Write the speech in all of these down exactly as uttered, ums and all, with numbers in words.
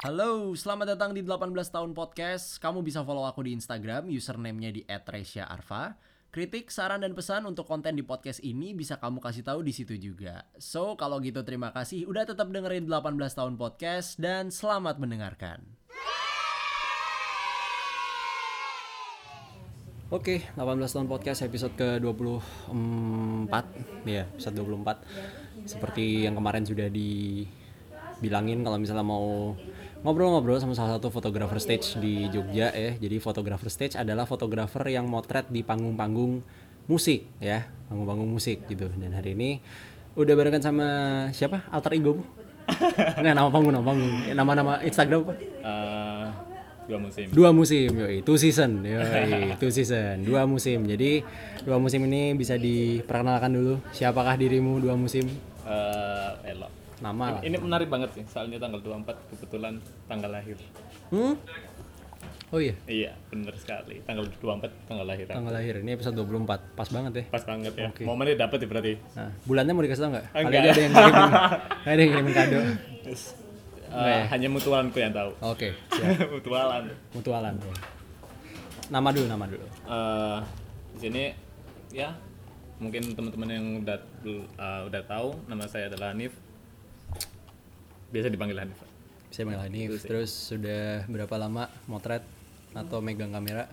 Halo, selamat datang di delapan belas tahun podcast. Kamu bisa follow aku di Instagram, username-nya di et resya arfa. Kritik, saran, dan pesan untuk konten di podcast ini bisa kamu kasih tahu di situ juga. So, kalau gitu terima kasih udah tetap dengerin delapan belas tahun podcast dan selamat mendengarkan. Oke, delapan belas tahun podcast episode ke dua puluh empat. Ya, episode dua puluh empat. Seperti yang kemarin sudah dibilangin kalau misalnya mau ngobrol-ngobrol sama salah satu fotografer stage di Jogja ya. Jadi fotografer stage adalah fotografer yang motret di panggung-panggung musik ya, panggung-panggung musik gitu. Dan hari ini udah barengan sama siapa? Alter ego? Enggak, nama panggung, nama panggung. Nama-nama Instagram apa? Uh, dua musim. Dua musim, yoi, two season, yoi, two season, dua musim. Jadi dua musim ini bisa diperkenalkan dulu. Siapakah dirimu dua musim? Uh, elok. Nama. Ini, ini menarik banget sih, soalnya tanggal dua puluh empat kebetulan tanggal lahir. Hmm? Oh iya. Iya, benar sekali. Tanggal dua puluh empat tanggal lahir. Tanggal lahir. Ini episode dua puluh empat. Pas banget ya. Pas banget ya. Oke. Momennya dapet ya berarti. Nah, bulannya mau dikasih tau enggak? Kali Enggak. aja ada yang ngirimin. Ada yang ngirimin kado. Terus, uh, Enggak ya? hanya mutualanku yang tahu. Oke, siap. Mutualan. Mutualan. Ya. Nama dulu, nama dulu. Uh, di sini ya mungkin teman-teman yang udah uh, udah tahu nama saya adalah Hanif. Biasa dipanggil Hanif. Saya panggil Hanif. Terus, Terus sudah berapa lama motret atau megang kamera?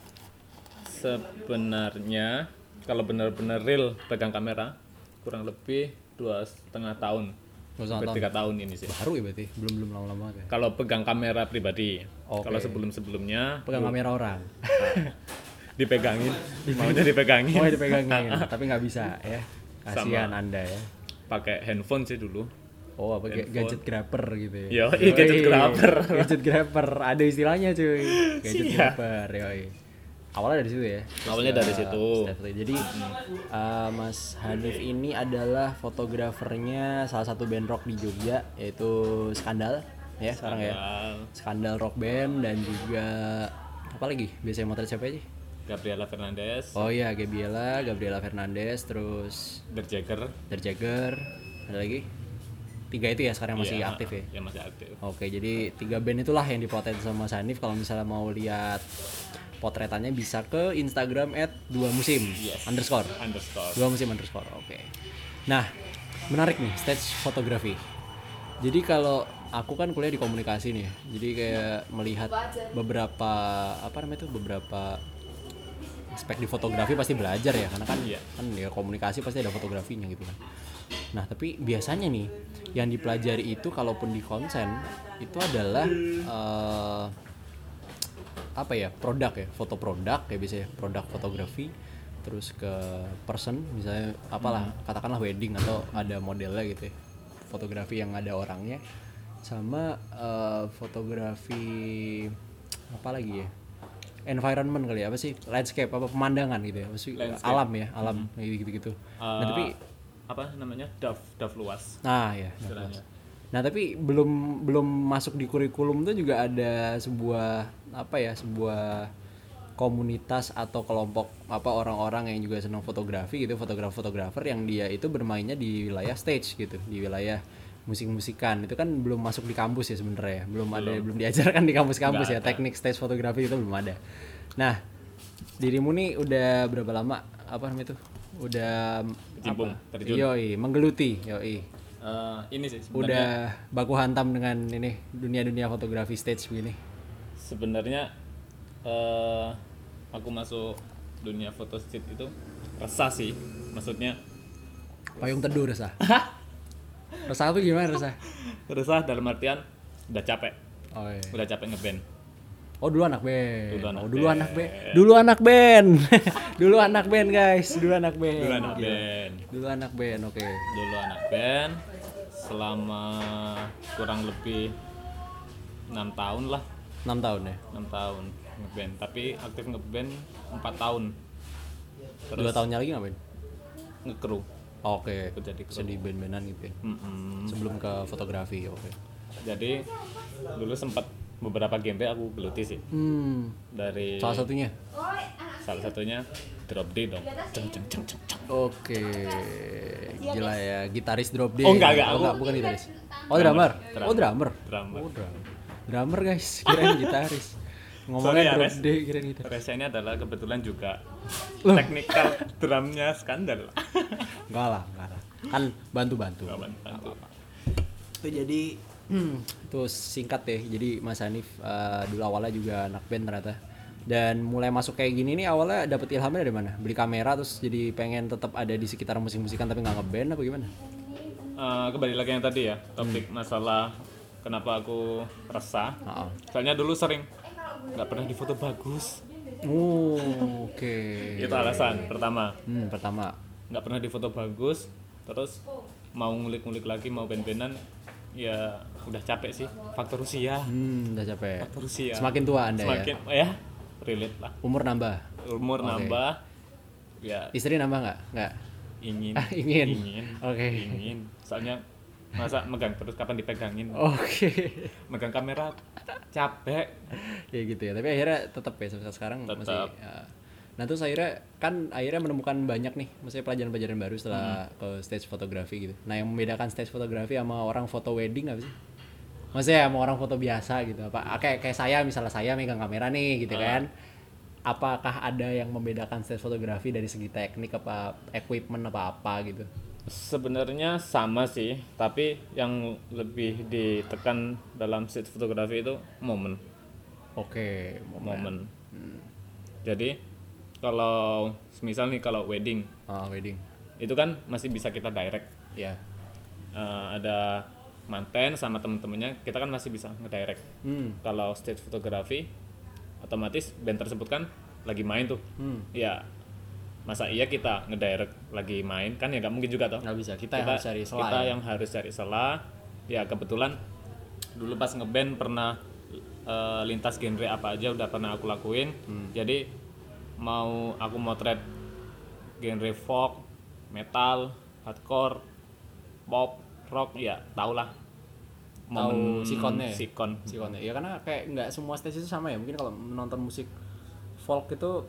Sebenarnya kalau benar-benar real pegang kamera kurang lebih dua setengah tahun, Dua tiga tahun ini sih. Baru ya berarti, belum belum lama-lama ya. Kalau pegang kamera pribadi, Oke. kalau sebelum-sebelumnya Pegang kamera orang. dipegangin, maunya dipegangin, Oh, dipegangin, tapi nggak bisa ya. Kasihan Sama. Anda ya. pakai handphone sih dulu. Oh, apa ga- gadget grabber gitu ya. Yo, iya, gadget grabber. Gadget grabber, ada istilahnya cuy. Gadget Siap. grabber, yoi. Awalnya dari situ ya. Awalnya dari situ. Step itu. Jadi uh, Mas Hanif ini adalah fotografernya salah satu band rock di Jogja, yaitu Skandal ya sekarang ya. Skandal. Skandal rock band, dan juga apa lagi? Biasanya motret siapa aja? Gabriela Fernandez, Oh iya, Gabriela, Gabriela Fernandez, terus Der Jagger, Der Jagger, ada lagi? Tiga itu ya sekarang masih Iya, aktif ya? Ya masih aktif. Oke, jadi tiga band itulah yang dipotret sama Mas Hanif. Kalau misalnya mau lihat potretannya bisa ke Instagram at dua musim Yes. underscore Underscore. dua musim underscore. Oke. Nah, menarik nih stage fotografi. Jadi kalau aku kan kuliah di komunikasi nih, ya. Jadi kayak melihat beberapa apa namanya itu beberapa aspek di fotografi pasti belajar ya, karena kan Iya. kan ya komunikasi pasti ada fotografinya gitu kan. Nah, tapi biasanya nih yang dipelajari itu kalaupun di konsen itu adalah uh, apa ya, produk ya, foto produk ya, biasanya produk fotografi, terus ke person misalnya apalah, katakanlah wedding atau ada modelnya gitu ya, fotografi yang ada orangnya, sama uh, fotografi apa lagi ya, environment kali ya, apa sih, landscape apa pemandangan gitu ya, maksudnya Landscape. alam ya, alam gitu-gitu. Uh, Nah, tapi apa namanya? Daf, daf luas. nah ya, Istilahnya. nah tapi belum belum masuk di kurikulum tuh juga ada sebuah apa ya, sebuah komunitas atau kelompok apa orang-orang yang juga senang fotografi gitu, fotografer-fotografer yang dia itu bermainnya di wilayah stage gitu, di wilayah musik-musikan. Itu kan belum masuk di kampus ya sebenarnya, belum ada, belum diajarkan di kampus-kampus ya, Nggak ada. teknik stage fotografi itu belum ada. Nah, dirimu nih udah berapa lama apa namanya itu? Udah Kecimpung, apa? terjun. Yoi, menggeluti, yoi. Uh, ini sih sebenarnya. Udah baku hantam dengan ini dunia-dunia fotografi stage begini. Sebenarnya uh, aku masuk dunia foto street itu resah sih, maksudnya Payung teduh resah. Resah tuh gimana resah? resah dalam artian udah capek, Oh iya. udah capek ngeband. Oh dulu anak band. Dulu anak oh dulu band. anak band. Dulu anak band. Dulu anak band guys. Dulu anak band. Dulu anak Gila. band, Dulu anak band. Oke. dulu anak band selama kurang lebih enam tahun lah, enam tahun ya. enam tahun ngeband. Tapi aktif ngeband empat tahun. Terus Dua tahunnya lagi ngapain? ngekru. Oke. Ikut jadi Bisa di band-bandan gitu ya. Mm-mm. Sebelum ke fotografi. Oke. Jadi dulu sempat beberapa game aku geluti sih. Hmm. Dari Salah satunya. salah satunya Drop D dong. Ceng ceng ceng ceng ceng. Oke. Gila ya, gitaris Drop D. Oh, enggak, enggak. Oh, enggak, bukan gitaris. Oh, drummer. Drummer. Oh, drummer. Drummer. Oh, drummer. Drummer guys, kirain gitaris. Ngomongnya Sorry ya, drop Res. D kirain gitaris. Reza ini adalah kebetulan juga Loh. technical drumnya skandal. Enggak lah, enggak lah. Kan bantu-bantu. Nggak bantu. Itu jadi itu singkat ya. Jadi Mas Hanif uh, dulu awalnya juga anak band ternyata. Dan mulai masuk kayak gini nih awalnya dapet ilhamnya dari mana? Beli kamera terus jadi pengen tetap ada di sekitar musik-musikan tapi nggak ngeband apa gimana? Uh, kembali lagi yang tadi ya, topik masalah kenapa aku resah. Heeh. Soalnya dulu sering nggak pernah difoto bagus. Oh, oke. Itu alasan pertama. Hmm, pertama. Nggak pernah difoto bagus, terus mau ngulik-ngulik lagi, mau band-bandan, ya udah capek sih. Faktor usia. Hmm, udah capek. Faktor usia. Semakin tua Anda Semakin, ya. ya. Relate lah. Umur nambah. Umur Oke. nambah. Ya Istri nambah nggak? Nggak. ingin. Ah, ingin. Ingin. Oke. Ingin. Soalnya masa megang terus kapan dipegangin? Oke. Megang kamera capek. Ya gitu ya. Tapi akhirnya tetap ya sampai sekarang Tetap. masih. Ya. Nah terus akhirnya kan akhirnya menemukan banyak nih, maksudnya pelajaran-pelajaran baru setelah ke stage fotografi gitu. Nah yang membedakan stage fotografi sama orang foto wedding apa sih? Maksudnya sama orang foto biasa gitu. Apa kayak kayak saya misalnya saya megang kamera nih gitu Ah. kan. Apakah ada yang membedakan stage fotografi dari segi teknik apa equipment apa apa gitu? Sebenarnya sama sih, tapi yang lebih ditekan dalam street fotografi itu momen. Oke, Momen. Jadi kalau misal nih kalau wedding Ah, wedding. itu kan masih bisa kita direct. Ya. Eh, ada manten sama temen-temennya, kita kan masih bisa ngedirect. Hmm. Kalau stage fotografi otomatis band tersebut kan lagi main tuh. Hmm. Ya masa iya kita ngedirect lagi main kan ya nggak mungkin juga toh. Nggak bisa. Kita, yang harus cari celah. kita ya? yang harus cari celah. Ya kebetulan dulu pas ngeband pernah eh, lintas genre apa aja udah pernah aku lakuin. Hmm. Jadi mau aku motret genre folk, metal, hardcore, pop, rock, ya tau lah. Tahu sikonnya ya? Sikon. Sikonnya. Ya karena kayak nggak semua stage itu sama ya. Mungkin kalau menonton musik folk itu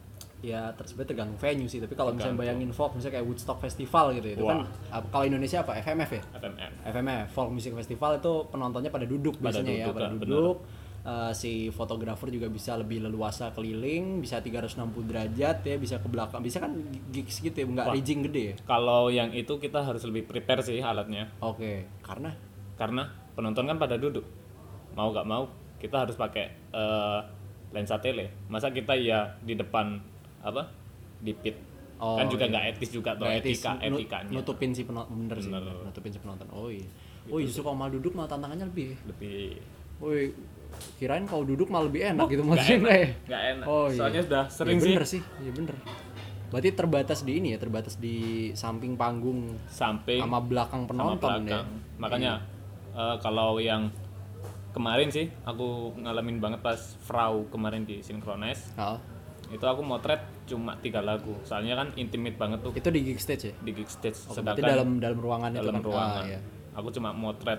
ya tersebut tergantung venue sih. Tapi kalau misalnya Tergantung. bayangin folk misalnya kayak Woodstock Festival gitu itu Wah. kan ap- kalau Indonesia apa F M F ya? F M F. F M F Folk Music Festival itu penontonnya pada duduk Pada biasanya ya, duduk, pada kan, duduk. Eh, si fotografer juga bisa lebih leluasa keliling, bisa tiga ratus enam puluh derajat ya, bisa ke belakang. Bisa kan gigs gitu ya, nggak Wah. rigging gede ya. Kalau yang itu kita harus lebih prepare sih alatnya. Oke, karena Karena penonton kan pada duduk. Mau gak mau kita harus pakai eh, lensa tele. Masa kita ya di depan apa? Di pit. Oh, kan juga iya. nggak etis juga tuh nggak etis, etika nu- etikanya. nutupin si penonton bener, sih, Bener. nutupin si penonton. Oh iya. Oh justru kalau malah duduk malah tantangannya lebih. Lebih Woi, kirain kalau duduk malah lebih enak gitu nggak maksudnya enak. nggak ya? Nggak enak. Oh iya. Soalnya sudah sering ya, sih bener sih. Iya bener. Berarti terbatas di ini ya, terbatas di samping panggung samping sama belakang sama penonton ya. belakang. Makanya eh, kalau yang kemarin sih aku ngalamin banget pas Frau kemarin di Synchronize. Oh, Itu aku motret cuma tiga lagu. Soalnya kan intimate banget tuh itu di gig stage ya? di gig stage. Oh, berarti Sedangkan dalam dalam ruangan itu dalam kan. ruangan. Ah, iya. Aku cuma motret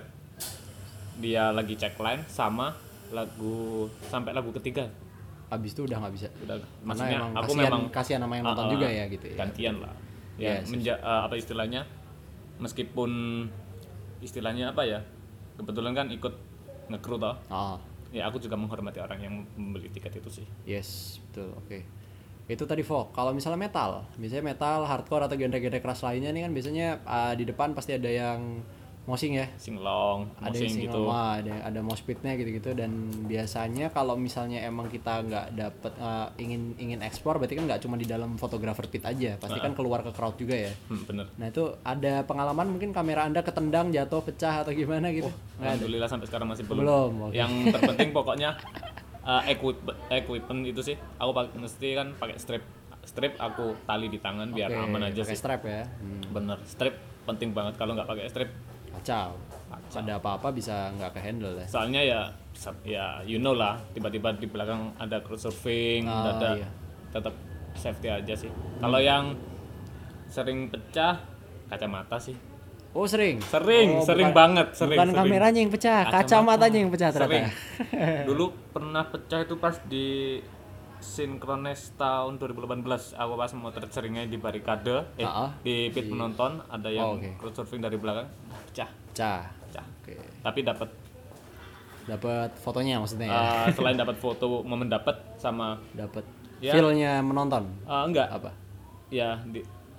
dia lagi check line sama lagu sampai lagu ketiga. Habis itu udah nggak bisa. Udah Karena maksudnya emang aku kasihan, memang kasihan sama yang nonton Ah, ah, juga ya gitu ya. gantian lah. Ya Yes, yes. menja- eh, apa istilahnya? Meskipun istilahnya apa ya? Kebetulan kan ikut nge-crew toh. Oh, Ya aku juga menghormati orang yang membeli tiket itu sih. yes, betul. Oke. Itu tadi folk. Kalau misalnya metal, misalnya metal, hardcore atau genre-genre keras lainnya nih kan biasanya ah, di depan pasti ada yang moshing ya. Singlong, Ada yang mosing gitu. singloma, ada ada mosh pitnya gitu-gitu, dan biasanya kalau misalnya emang kita nggak dapet eh, ingin ingin ekspor berarti kan nggak cuma di dalam photographer pit aja, pasti kan keluar ke crowd juga ya. Hmm, bener. Nah itu ada pengalaman mungkin kamera anda ketendang, jatuh, pecah atau gimana gitu? Nggak ada? Alhamdulillah sampai sekarang masih belum. Belum. Oke. Yang terpenting pokoknya uh, equip equipment itu sih. Aku pak- mesti kan pakai strap. Strap aku tali di tangan biar Oke, aman aja pakai sih. strap ya. Hmm, Bener. Strap penting banget, kalau nggak pakai strap. kacau. Ada apa-apa bisa nggak ke handle ya. Soalnya ya sa- ya you know lah, tiba-tiba di belakang ada crowd surfing, Ah, ada iya. tetap safety aja sih. Kalau yang sering pecah kacamata sih. Oh sering. Sering, Oh, sering bukan- banget, sering. Bukan sering. kameranya yang pecah, Kacamata. kacamatanya yang pecah ternyata. Sering. Dulu pernah pecah itu pas di Synchronize tahun dua ribu delapan belas. Aku pas motret seringnya di barikade, eh Ah, ah. di pit penonton ada yang Oh, oke. crowd surfing dari belakang, pecah, Pecah. pecah. Oke. Tapi dapat Dapat fotonya maksudnya ya. Uh, selain dapat foto momen dapat sama Dapat ya, feel-nya menonton. Uh, enggak. Apa? Ya di,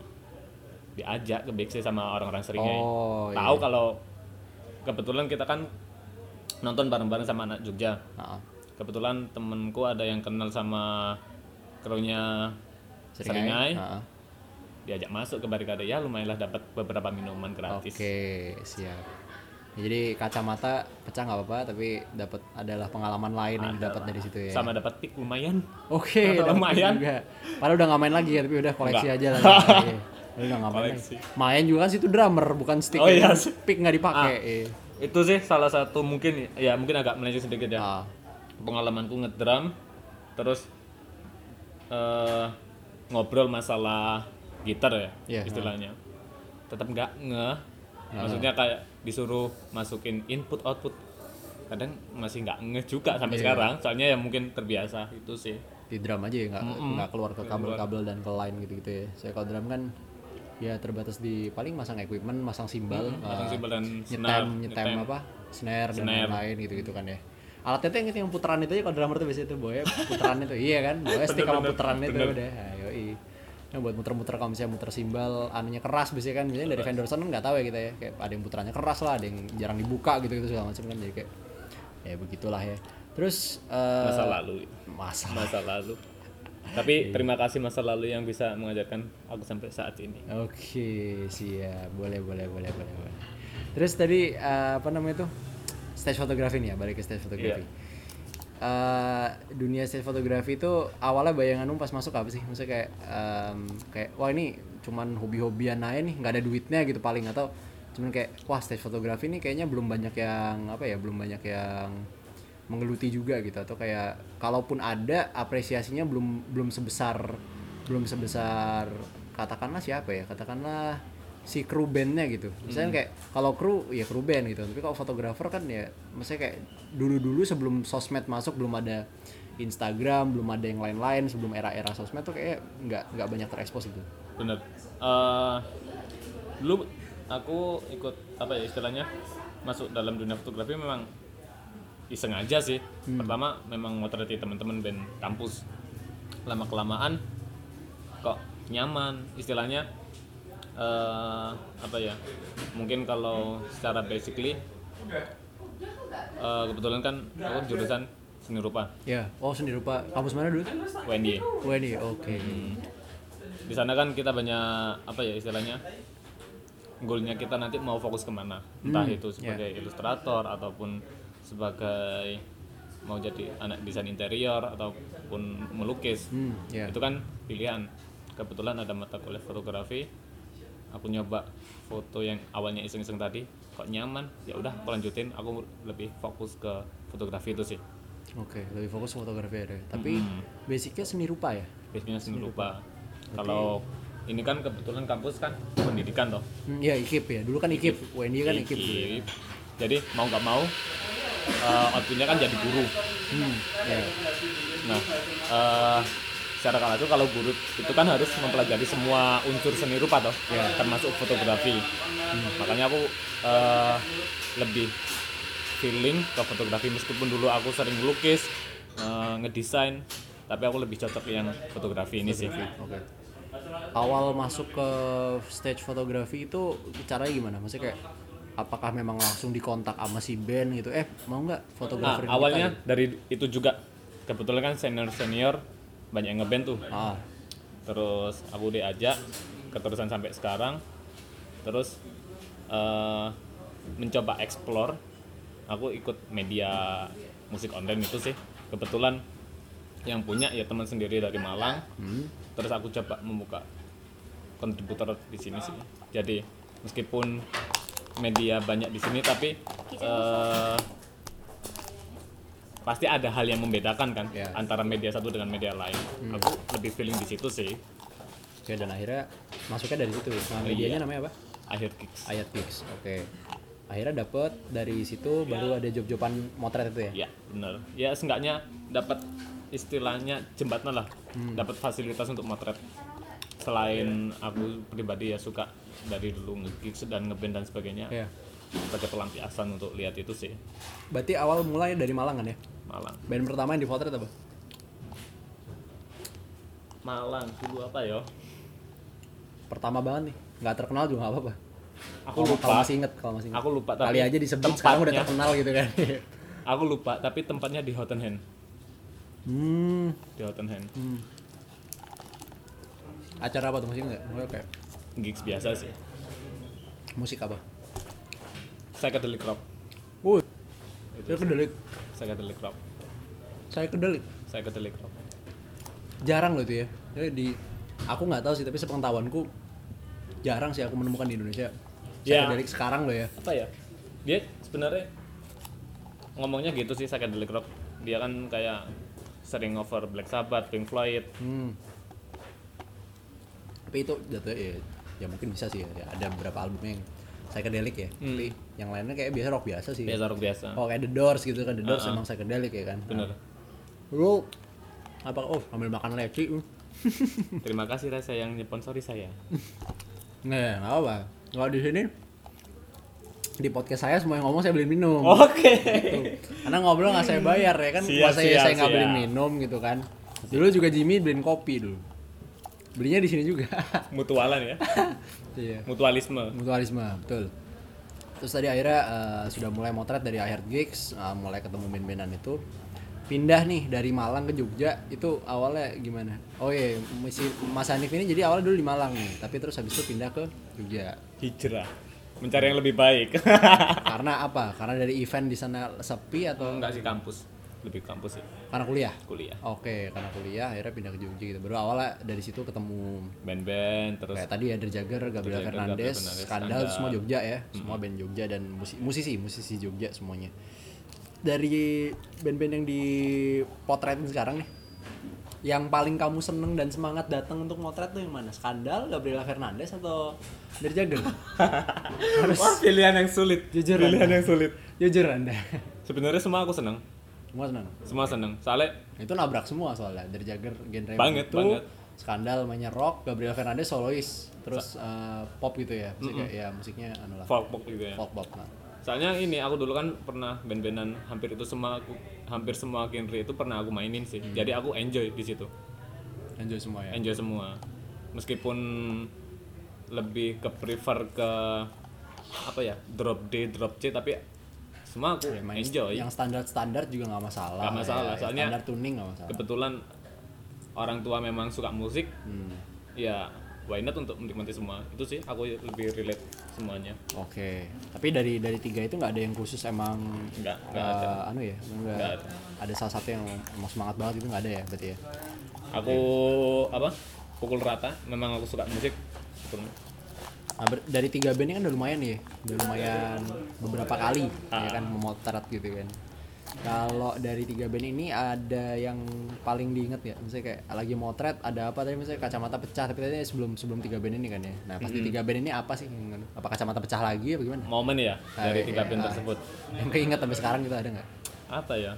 diajak ke Big C sama orang-orang seringnya. Oh, Tahu iya. kalau kebetulan kita kan nonton bareng-bareng sama anak Jogja. Nah, Kebetulan temenku ada yang kenal sama krunya Seringai. Nah. Diajak masuk ke barikade, ya lumayan lah dapat beberapa minuman gratis. Oke, siap. Ya, jadi kacamata pecah nggak apa-apa, tapi dapat adalah pengalaman lain yang didapat dari situ ya. Sama dapat pick lumayan. Oke, dapat lumayan juga. Padahal udah nggak main lagi ya, tapi udah koleksi Enggak. aja lah. Ya. Udah nggak main Koleksi. lagi. Main juga kan situ drummer, bukan stick. Oh, iya. Pick nggak dipakai. Ah. Eh. Itu sih salah satu mungkin ya mungkin agak melenceng sedikit ya. Ah. Pengalamanku ngedrum, terus uh, ngobrol masalah gitar ya Yeah, istilahnya. Tetap nggak ngeh. Maksudnya kayak disuruh masukin input output. Kadang masih nggak ngeh juga sampai Yeah. sekarang. Soalnya ya mungkin terbiasa itu sih. Di drum aja ya, nggak Mm-mm. nggak keluar ke kabel-kabel dan ke line gitu-gitu ya. Saya kalau drum kan ya terbatas di paling masang equipment, masang simbal, Mm-mm, masang uh, simbal dan nyetem, snare, nyetem nyetem. apa, snare, dan Snare. lain-lain gitu-gitu kan ya. Alatnya tuh yang itu yang putaran itu aja kalau drummer tuh biasanya tuh boy putaran itu, iya kan, boy stick sama Bener, putaran itu bener. udah, ayo nah, buat muter-muter kalau misalnya muter simbal, anunya keras biasanya kan, biasanya dari vendor sana nggak tahu ya kita ya, kayak ada yang puterannya keras lah, ada yang jarang dibuka gitu-gitu segala macam kan, jadi kayak ya begitulah ya. Terus uh, Masa lalu. masa Masa lalu. Tapi terima kasih masa lalu yang bisa mengajarkan aku sampai saat ini. Oke, siap. Boleh, boleh, boleh, boleh, boleh. Terus tadi uh, apa namanya tuh? Stage fotografi nih ya, balik ke stage fotografi. Iya. Uh, dunia stage fotografi itu awalnya bayanganmu pas masuk apa sih? Maksudnya kayak um, kayak wah ini cuman hobi-hobian aja nih, nggak ada duitnya gitu paling, atau cuman kayak wah stage fotografi nih kayaknya belum banyak yang apa ya, belum banyak yang menggeluti juga gitu, atau kayak kalaupun ada apresiasinya belum belum sebesar belum sebesar katakanlah siapa ya, katakanlah si kru bandnya gitu. Misalnya kayak kalau kru ya kru band gitu, tapi kalau fotografer kan ya maksudnya kayak dulu-dulu sebelum sosmed masuk, belum ada Instagram, belum ada yang lain-lain, sebelum era-era sosmed tuh kayak nggak nggak banyak terekspos gitu. Bener. Uh, dulu aku ikut apa ya istilahnya masuk dalam dunia fotografi memang iseng aja sih. Hmm. Pertama memang motretin teman-teman band kampus. Lama kelamaan kok nyaman istilahnya. Uh, apa ya? Mungkin kalau secara basically uh, kebetulan kan aku jurusan seni rupa. Ya, oh seni rupa. Kampus mana dulu? U N Y. U N Y, oke. Okay. Hmm. Di sana kan kita banyak apa ya istilahnya? Goalnya kita nanti mau fokus kemana? Entah Hmm, itu sebagai yeah. ilustrator ataupun sebagai mau jadi anak desain interior ataupun melukis. Hmm, yeah. Itu kan pilihan. Kebetulan ada mata kuliah fotografi. Aku nyoba foto yang awalnya iseng-iseng tadi, kok nyaman, ya udah aku lanjutin. Aku lebih fokus ke fotografi itu sih. Oke, okay, lebih fokus fotografi ya. Tapi hmm. basicnya seni rupa ya? Basicnya seni, seni rupa. rupa. Okay. Kalau ini kan kebetulan kampus kan pendidikan toh. Hmm, iya I K I P ya. Dulu kan I K I P, U N Y kan I K I P. I K I P. Jadi mau nggak mau uh, outputnya kan jadi guru. Hmm, yeah. Nah, uh, secara kalau kalau guru itu kan harus mempelajari semua unsur seni rupa toh, yeah. termasuk fotografi. Hmm. Makanya aku uh, lebih feeling ke fotografi meskipun dulu aku sering melukis, uh, ngedesain, tapi aku lebih cocok yang fotografi ini sih. Oke. Okay. Awal masuk ke stage fotografi itu caranya gimana? Maksudnya kayak apakah memang langsung dikontak sama si band gitu? Eh mau nggak fotografer? Nah, awalnya kita, dari itu juga kebetulan kan senior senior banyak yang ngeband tuh. Ah. Terus aku diajak keterusan sampai sekarang. Terus uh, mencoba explore. Aku ikut media musik online itu sih. Kebetulan yang punya ya teman sendiri dari Malang. Hmm. Terus aku coba membuka kontributor di sini sih. Jadi meskipun media banyak di sini tapi uh, pasti ada hal yang membedakan kan yeah. antara media satu dengan media lain. Hmm. Aku lebih feeling di situ sih. Oke, dan akhirnya masuknya dari situ. Nah, medianya iya. namanya apa? Ayat Gigs. Ayat Gigs. Oke. Akhirnya dapat dari situ baru ada job-joban motret itu ya? Iya, benar. Ya seenggaknya dapat istilahnya jembatan lah. Hmm. Dapat fasilitas untuk motret. Selain aku pribadi ya suka dari dulu nge-gigs dan nge-band dan sebagainya. Yeah. sebagai pelampiasan untuk lihat itu sih. Berarti awal mulai dari Malang kan ya? Malang. Band pertama yang dipotret apa? Malang dulu apa ya? Pertama banget nih, nggak terkenal juga nggak apa-apa. Aku Kalau- lupa. Kalau masih inget, kalau masih inget. Aku lupa tapi Kali aja disebut sekarang udah tempatnya- terkenal gitu kan. Aku lupa tapi tempatnya di Hottenham. hmm, Di Hottenham. hmm. Acara apa tuh masih nggak? Maksudnya kayak Gigs biasa sih. musik apa? Psychedelic rock. Wuh, Itu saya kedelik, psychedelic rock. saya kedelik. Psychedelic rock. Jarang loh itu ya. Jadi di, aku nggak tahu sih, tapi sepengetahuanku jarang sih aku menemukan di Indonesia. Ya. Psychedelic sekarang loh ya. Apa ya? Dia sebenarnya ngomongnya gitu sih psychedelic rock. Dia kan kayak sering over Black Sabbath, Pink Floyd. Hmm. Tapi itu jatuh ya, ya mungkin bisa sih ya. Ya, ada beberapa albumnya yang psychedelic ya. Hmm. Tapi yang lainnya kayak biasa rock biasa sih. Biasa rock biasa. Oh kayak The Doors gitu kan, The Doors Uh-uh. emang psychedelic ya kan. Bener. Lu apa? Oh sambil makan leci. uh. Terima kasih Rasa yang nyponsori saya. Nah, nggak apa. Kalau di sini di podcast saya semua yang ngomong saya beliin minum. Oke. Gitu. Karena ngobrol nggak saya bayar ya kan, Siap, puasa ya siap, saya nggak siap. beliin minum gitu kan. Dulu juga Jimmy beliin kopi dulu. Belinya di sini juga. Mutualan ya. Iya. Mutualisme. Mutualisme, betul. Terus tadi akhirnya uh, sudah mulai motret dari akhir gigs, uh, mulai ketemu band-bandan itu. Pindah nih dari Malang ke Jogja, itu awalnya gimana? Oh iya, misi Mas Hanif ini jadi awalnya dulu di Malang nih, tapi terus habis itu pindah ke Jogja. Hijrah. Mencari yang lebih baik. Karena apa? Karena dari event di sana sepi atau Enggak sih kampus. Lebih kampus sih. karena kuliah? Kuliah. Oke, karena kuliah akhirnya pindah ke Jogja gitu. Baru awalnya dari situ ketemu Band-band terus kayak tadi ya Der Jagger, Gabriel Jagger, Fernandes, Gabriel Fernandes, Skandal, Skandal. itu semua Jogja ya. Semua band Jogja dan musi- musisi, musisi Jogja semuanya. Dari band-band yang dipotretin sekarang nih, yang paling kamu seneng dan semangat datang untuk motret tuh yang mana? Skandal, Gabriel Fernandes atau Der Jagger? Harus wah, pilihan yang sulit. Jujur Pilihan Anda. yang sulit. jujur Anda. Sebenarnya semua aku seneng. Semua seneng. Semua seneng. Soalnya Itu nabrak semua soalnya. Der Jagger genre Banget, itu, banget. Skandal mainnya rock, Gabriel Fernandes solois, terus eh, pop gitu ya. Musiknya ya musiknya anu lah. folk pop gitu ya. Folk pop. Nah. Soalnya ini aku dulu kan pernah band-bandan hampir itu semua aku hampir semua genre itu pernah aku mainin sih. Jadi aku enjoy di situ. Enjoy semua ya. Enjoy semua. Meskipun lebih ke prefer ke apa ya? Drop D, drop C tapi semua aku Ya, main enjoy. yang standar-standar juga nggak masalah. Nggak masalah, ya. soalnya standar tuning nggak masalah. Kebetulan orang tua memang suka musik. Hmm. Ya why not untuk menikmati semua. Itu sih aku lebih relate semuanya. Oke. Tapi dari dari tiga itu nggak ada yang khusus emang Nggak, nggak eh, ada. anu ya, nggak Nggak ada. ada salah satu yang emang semangat banget itu nggak ada ya berarti ya. Aku apa? Pukul rata. Memang aku suka musik. Pukul- Nah, ber- dari tiga band ini kan udah lumayan nih, udah lumayan beberapa kali Ah. ya kan memotret gitu kan. Kalau dari tiga band ini ada yang paling diinget ya, misalnya kayak lagi motret ada apa tadi misalnya kacamata pecah, tapi tadi sebelum sebelum tiga band ini kan ya. Nah pasti tiga band ini apa sih? yang- Apa kacamata pecah lagi apa gimana? Momen ya dari Ah, tiga iya. band tersebut. Yang keinget sampai sekarang gitu ada nggak? Apa ya?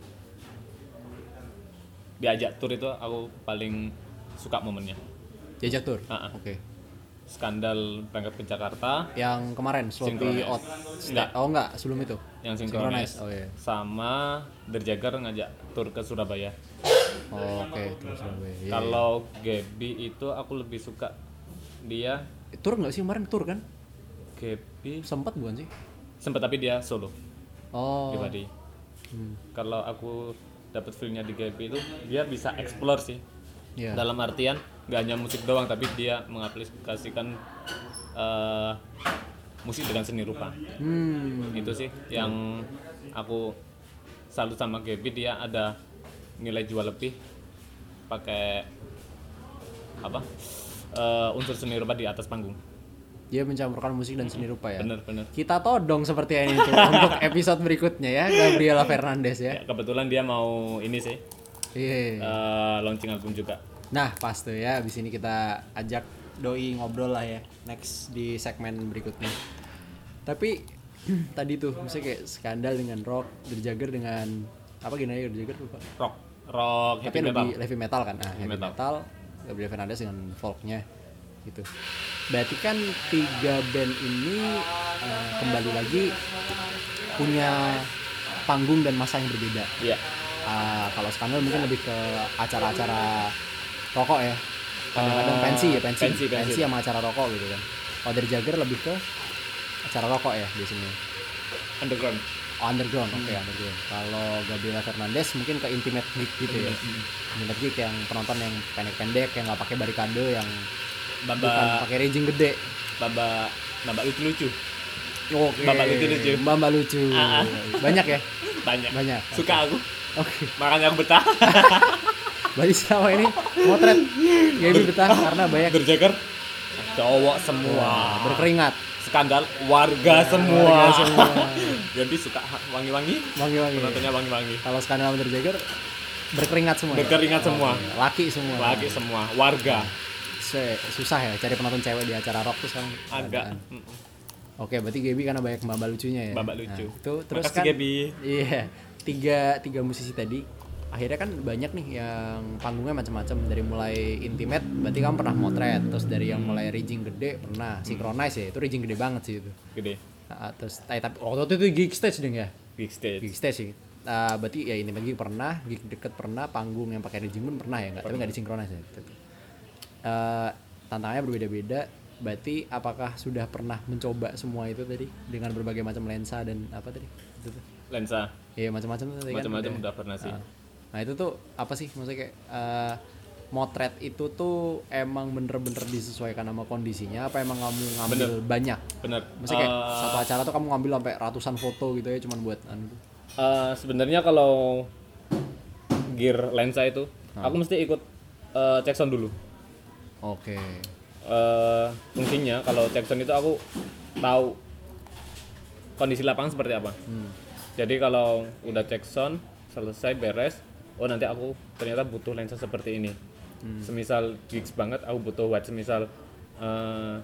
Diajak tour itu aku paling suka momennya. Jajak tour. Ah, ah. Oke. Skandal berangkat ke Jakarta Yang kemarin Sloppy Synchronize. Out. Enggak. Oh enggak, sebelum itu. yang sinkronis Oh iya. sama Der Jagger ngajak tour ke Surabaya. Oh, oke, terus Surabaya. Iya, Kalau Gaby itu aku lebih suka dia iya. Tour nggak sih kemarin tour kan? Gaby Sempat bukan sih? sempat tapi dia solo Oh. pribadi. Hmm. Kalau aku dapat feel-nya di Gaby itu dia bisa explore sih. Iya. Dalam artian nggak hanya musik doang tapi dia mengaplikasikan eh, musik dengan seni rupa. Hmm. Itu sih yang aku salut sama Gaby, dia ada nilai jual lebih pakai apa eh, unsur seni rupa di atas panggung. Dia mencampurkan musik dan seni rupa ya. Bener-bener. Kita todong seperti ini tuh untuk episode berikutnya ya, Gabriela Fernandes ya. Ya, kebetulan dia mau ini sih Iya. eh, launching album juga. Nah, pas tuh ya, abis ini kita ajak doi ngobrol lah ya, next di segmen berikutnya. Tapi tadi tuh, misalnya kayak Skandal dengan rock, Der Jagger dengan apa gini ya, Der Jagger lupa. Rock, rock, Tapi heavy metal. lebih heavy metal kan, nah heavy metal. metal, Gabriel Fernandes dengan folknya gitu. berarti kan tiga band ini uh, kembali lagi punya panggung dan masa yang berbeda. Iya. Uh, kalau Skandal mungkin lebih ke acara-acara rokok ya. Kadang-kadang uh, pensi ya, pensi. pensi, pensi. Pensi sama acara rokok gitu kan. Kalau dari Jagger lebih ke acara rokok ya biasanya. Underground. Oh, underground, hmm. oke okay, underground. Kalau Gabriela Fernandez mungkin ke intimate gig gitu ya. Hmm. Intimate gig yang penonton yang pendek-pendek, yang nggak pakai barikade, yang Baba, bukan pakai raging gede. Baba, baba lucu-lucu. Oke. Okay. Baba lucu-lucu. Baba lucu. Ah, ah. Banyak ya? Banyak. Banyak. Suka okay. aku. Oke. Okay. Makanya aku betah. Berarti selama ini motret Gaby betah karena banyak berjagar cowok semua, wah, berkeringat. Skandal warga ya, semua. Warga semua. Jadi suka wangi-wangi. Wangi-wangi. Penontonnya wangi-wangi. Kalau Skandal Under Jagger berkeringat semua. Berkeringat ya? semua. Oh, laki semua. Laki semua, warga. Susah ya cari penonton cewek di acara rock tuh sekarang. Agak. Oke, berarti Gaby karena banyak mbak-mbak lucunya ya. Mbak lucu. Nah, tuh terus makasih, kan. Gaby. Iya. Tiga tiga musisi tadi akhirnya kan banyak nih yang panggungnya macam-macam, dari mulai intimate berarti kamu pernah motret, terus dari yang mulai rigging gede pernah, synchronize ya itu rigging gede banget sih itu. Gede. Nah, terus eh, tapi waktu itu gig stage dong ya. Gig stage. Gig stage sih. Uh, berarti ya ini lagi pernah, gig deket pernah, panggung yang pakai rigging pun pernah ya, nggak, tapi nggak disynchronize ya. Uh, tantangannya berbeda-beda. Berarti apakah sudah pernah mencoba semua itu tadi dengan berbagai macam lensa dan apa tadi? Itu tuh. Lensa. Iya macam-macam tadi kan. Macam-macam udah pernah sih. Uh, nah itu tuh apa sih maksudnya kayak uh, motret itu tuh emang bener-bener disesuaikan sama kondisinya apa emang kamu ngambil bener. banyak? Bener. Maksudnya kayak uh, satu acara tuh kamu ngambil sampai ratusan foto gitu ya cuman buat anu. Uh, sebenarnya kalau gear lensa itu hmm. aku mesti ikut uh, check sound dulu. Oke. Okay. Uh, fungsinya kalau check sound itu aku tahu kondisi lapangan seperti apa. Hmm. Jadi kalau udah check sound selesai beres, oh nanti aku ternyata butuh lensa seperti ini. Hmm. Semisal gigs banget aku butuh wide, semisal uh,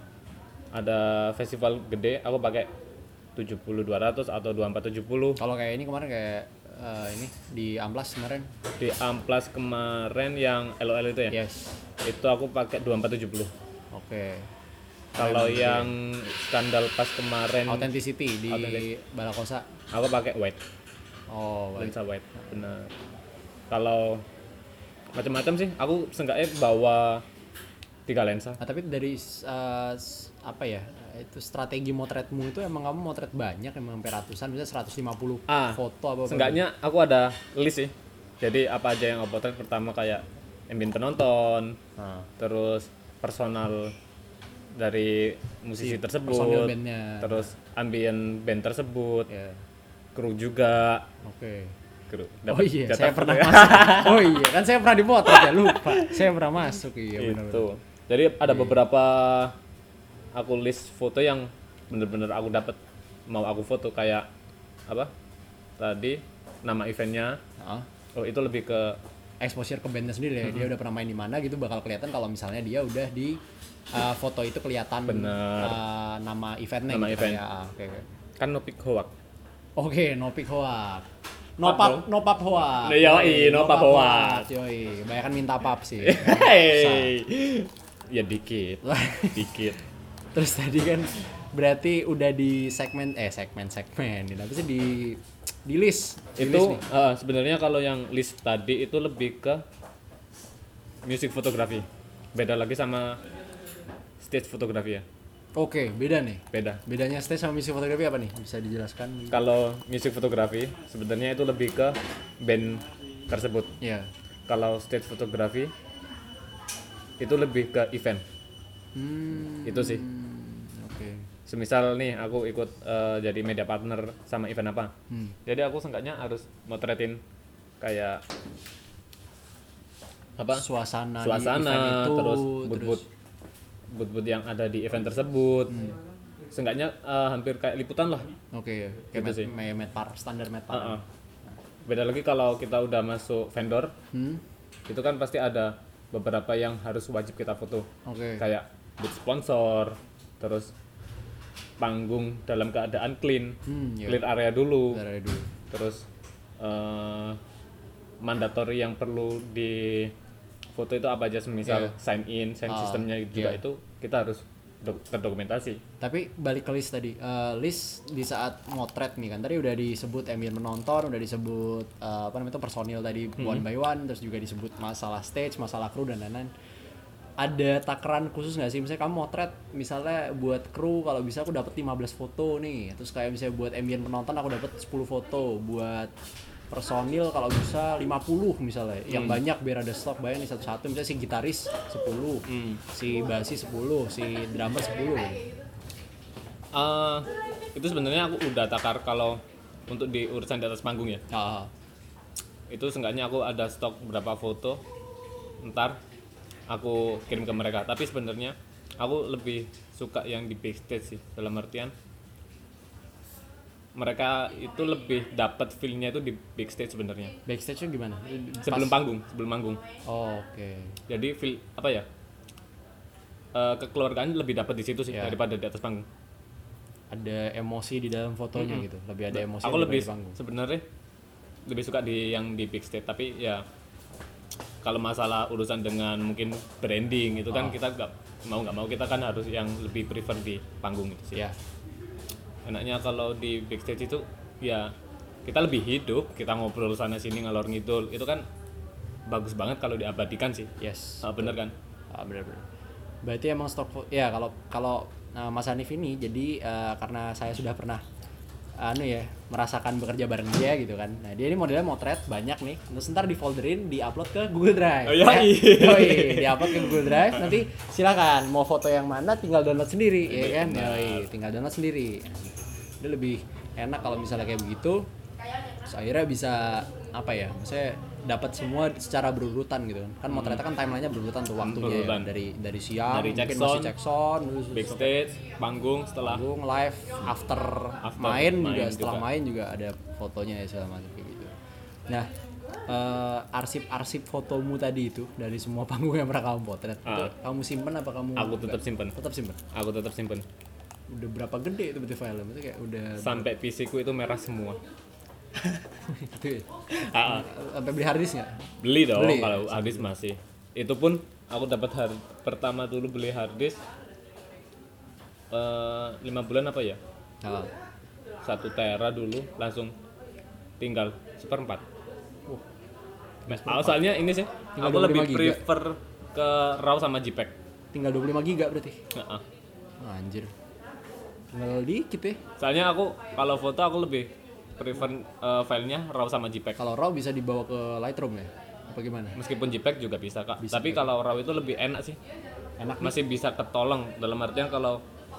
ada festival gede aku pakai tujuh puluh dua ratus atau dua puluh empat tujuh puluh. Kalau kayak ini kemarin kayak uh, ini di Amplas kemarin. Di Amplas kemarin yang L O L itu ya? Yes. Itu aku pakai dua puluh empat tujuh puluh. Oke. Okay. Kalau yang Skandal pas kemarin Authenticity di Authentic. Balakosa aku pakai wide. Oh, lensa wide. Benar. Kalau macam-macam sih, aku seenggaknya bawa tiga lensa. Nah, tapi dari uh, apa ya? Itu strategi motretmu itu emang kamu motret banyak, emang sampai ratusan, misalnya seratus lima puluh ah, foto apa apa. Seenggaknya aku ada list sih. Jadi apa aja yang aku potret, pertama kayak ambient penonton, ah. terus personal dari musisi si tersebut, terus ambient band tersebut, yeah. kru juga. Oke. Okay. Kru. Oh iya, saya pernah ya. masuk. Oh iya, kan saya pernah dipotret ya, lupa. Saya pernah masuk, iya benar. Itu. Jadi ada yeah. beberapa aku list foto yang bener-bener aku dapat mau aku foto, kayak apa? Tadi nama eventnya. Uh-huh. Oh itu lebih ke exposure ke bandnya sendiri ya. Mm-hmm. Dia udah pernah main di mana gitu, bakal kelihatan kalau misalnya dia udah di uh, foto itu kelihatan uh, nama eventnya. Nama gitu event. Ya. Ah, okay, okay. Kan Nopik Hoak. Oke, okay, Nopik Hoak. No pap, no pap Hoak. Yoi, no pap Hoak. Yoi, kebanyakan minta pap sih. Ya dikit, dikit. Terus tadi kan berarti udah di segmen eh segmen segmen ini tapi sih di di list di itu list uh, sebenarnya kalau yang list tadi itu lebih ke music fotografi, beda lagi sama stage fotografi ya. Oke, beda nih. Beda. Bedanya stage sama music fotografi apa nih? Bisa dijelaskan? Kalau music fotografi sebenarnya itu lebih ke band tersebut. Iya. Yeah. Kalau stage fotografi itu lebih ke event. Hmm. Itu sih. Oke. Okay. Semisal nih aku ikut uh, jadi media partner sama event apa. Hmm. Jadi aku seenggaknya harus motretin kayak apa? Suasana, suasana di event itu, terus boot-boot boot-boot yang ada di event tersebut. Hmm. Seenggaknya uh, hampir kayak liputan lah. Oke, okay, kayak gitu med, med par, standar med par. Uh-uh. Beda lagi kalau kita udah masuk vendor. Hmm. Itu kan pasti ada beberapa yang harus wajib kita foto. Okay. Kayak booth sponsor, terus panggung dalam keadaan clean, hmm, yeah. clear area dulu, area dulu. Terus uh, mandatory yang perlu di foto itu apa aja, semisal yeah. sign in, sign oh, sistemnya juga yeah. itu kita harus dok- terdokumentasi. Tapi balik ke list tadi, uh, list di saat motret nih kan tadi udah disebut ambient menonton, udah disebut uh, apa namanya itu personil tadi mm-hmm. one by one, terus juga disebut masalah stage, masalah kru dan lain-lain. Ada takaran khusus nggak sih, misalnya kamu motret misalnya buat kru kalau bisa aku dapat lima belas foto nih, terus kayak misalnya buat ambient penonton aku dapat sepuluh foto, buat personil kalau bisa lima puluh misalnya, hmm. yang banyak biar ada stok bayang nih satu-satu, misalnya si gitaris sepuluh, hmm. si bassis sepuluh, si drummer sepuluh. Uh, itu sebenarnya aku udah takar kalau untuk di urusan di atas panggung ya. Ah. Itu seenggaknya aku ada stok berapa foto, ntar aku kirim ke mereka. Tapi sebenarnya aku lebih suka yang di backstage sih, dalam artian mereka itu lebih dapat feel-nya itu di backstage sebenarnya. Backstage-nya gimana? Sebelum Pas. panggung, sebelum panggung. Oh, oke. Okay. Jadi feel apa ya? Uh, kekeluargaan lebih dapat di situ sih yeah. daripada di atas panggung. Ada emosi di dalam fotonya mm-hmm. gitu. Lebih ada emosi aku lebih di panggung. Sebenarnya lebih suka di yang di backstage, tapi ya kalau masalah urusan dengan mungkin branding itu kan oh. kita nggak mau nggak mau kita kan harus yang lebih prefer di panggung itu sih. Yeah. Enaknya kalau di backstage itu ya kita lebih hidup, kita ngobrol sana sini ngalor ngidul, itu kan bagus banget kalau diabadikan sih. Yes. Ah, bener kan? Ah, bener-bener. Berarti emang stok ya kalau kalau uh, Mas Hanif ini jadi uh, karena saya sudah pernah anu ya merasakan bekerja bareng dia gitu kan. Nah dia ini modelnya motret banyak nih, terus ntar di folderin, di upload ke Google Drive. Oh, iya. Yoi, di upload ke Google Drive, nanti silakan mau foto yang mana tinggal download sendiri, ya kan? Yoi, tinggal download sendiri. Itu lebih enak kalau misalnya kayak begitu. Terus akhirnya bisa apa ya? Maksudnya dapat semua secara berurutan gitu kan. Kan motretnya kan timelinenya berurutan tuh waktunya ya. dari dari siang dari mungkin check masih check sound, backstage, panggung, setelah panggung, live, after, after main, main juga setelah juga. main juga ada fotonya ya segala macam kayak gitu. Nah, uh, arsip-arsip fotomu tadi itu dari semua panggung yang pernah kamu potret, uh. itu kamu simpen apa kamu? Aku tetap simpen. Tetap simpen. Aku tetap simpen. Udah berapa gede itu berarti filenya? Itu kayak udah sampai P C ku itu merah semua. Gitu ya? Uh-uh. Sampai beli harddisk nggak? Beli dong, beli, kalau ya? Harddisk masih. Itu pun aku dapat hard pertama dulu beli harddisk uh, lima bulan apa ya? Oh. Satu tera dulu langsung tinggal seperempat. Uh. Nah, soalnya ini sih, tinggal aku lebih giga. Prefer ke RAW sama JPEG. Tinggal dua puluh lima giga berarti? Uh-uh. Oh, anjir. Tinggal dikit ya. Soalnya aku kalau foto aku lebih prefer uh, filenya RAW sama JPEG. Kalau RAW bisa dibawa ke Lightroom ya? Apa gimana? Meskipun JPEG juga bisa kak. Bisa, tapi ya? Kalau RAW itu lebih enak sih. Enak masih nih? Bisa ketolong dalam artian kalau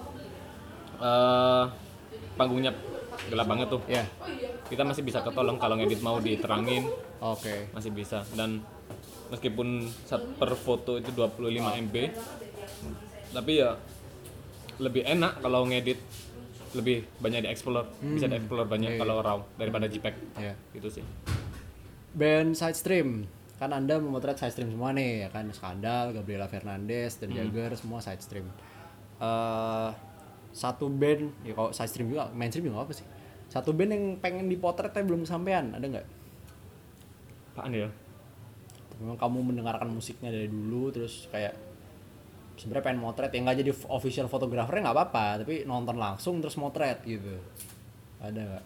uh, panggungnya gelap banget tuh. Yeah. Kita masih bisa ketolong kalau ngedit mau diterangin. Oke. Okay. Masih bisa. Dan meskipun per foto itu dua puluh lima megabyte, tapi ya lebih enak kalau ngedit lebih banyak di-explore, hmm. bisa di-explore banyak yeah, kalau RAW daripada JPEG. Yeah. Gitu sih. Band side stream, kan Anda memotret side stream semua nih, ya kan? Skandal, Gabriela Fernandez, dan hmm. Jagger semua side stream. Uh, satu band, ya kalau side stream juga, mainstream juga apa sih? Satu band yang pengen dipotret tapi belum kesampean, ada nggak? Apaan ya? Memang kamu mendengarkan musiknya dari dulu, terus kayak sebenarnya pengen motret, ya nggak jadi official fotografernya nggak apa-apa, tapi nonton langsung terus motret gitu. Ada nggak?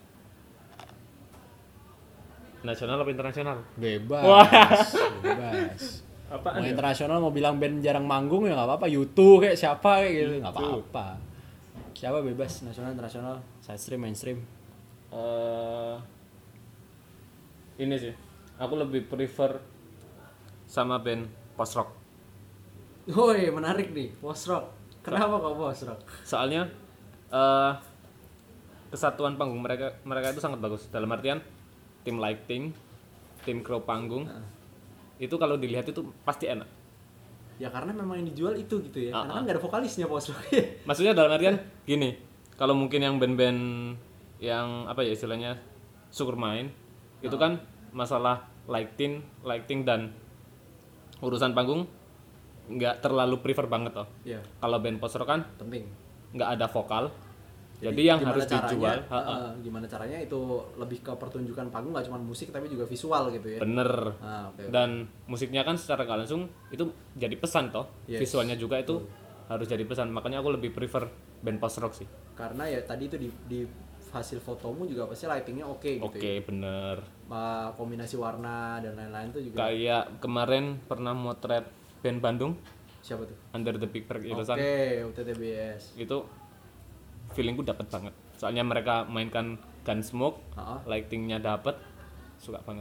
Nasional apa internasional? Bebas. Wah. Bebas. Apaan mau ya? Internasional mau bilang band jarang manggung ya nggak apa-apa. YouTube kayak siapa kayak gitu nggak apa-apa. Siapa bebas, nasional internasional, side stream mainstream. Uh, ini sih, aku lebih prefer sama band post rock. Woi, menarik nih, post rock. Kenapa kok post rock? Soalnya uh, kesatuan panggung mereka mereka itu sangat bagus. Dalam artian tim lighting, tim kru panggung, nah. itu kalau dilihat itu pasti enak. Ya karena memang yang dijual itu gitu ya. Uh-uh. Karena kan nggak ada vokalisnya post rock. Maksudnya dalam artian gini, kalau mungkin yang band-band yang apa ya istilahnya syukur main, uh-huh. itu kan masalah lighting, lighting dan urusan panggung nggak terlalu prefer banget toh. Yeah. Kalau band post rock kan penting. Nggak ada vokal. Jadi, Jadi yang harus caranya, dijual. Uh, gimana caranya itu lebih ke pertunjukan panggung, nggak cuma musik tapi juga visual gitu ya. Bener. Ah, okay, Dan okay. musiknya kan secara nggak langsung itu jadi pesan toh. Yes. Visualnya juga itu uh. harus jadi pesan. Makanya aku lebih prefer band post rock sih. Karena ya tadi itu di, di hasil fotomu juga pasti lightingnya oke okay, gitu. Oke, okay, ya. Bener. Ma, kombinasi warna dan lain-lain tuh juga. Kayak kemarin pernah motret band Bandung. Siapa tuh? Under the Big Berg Illusion. Oke, okay, U T T B S. Itu feelingku dapat banget. Soalnya mereka mainkan Gunsmoke, uh-huh. lightingnya dapat, suka banget.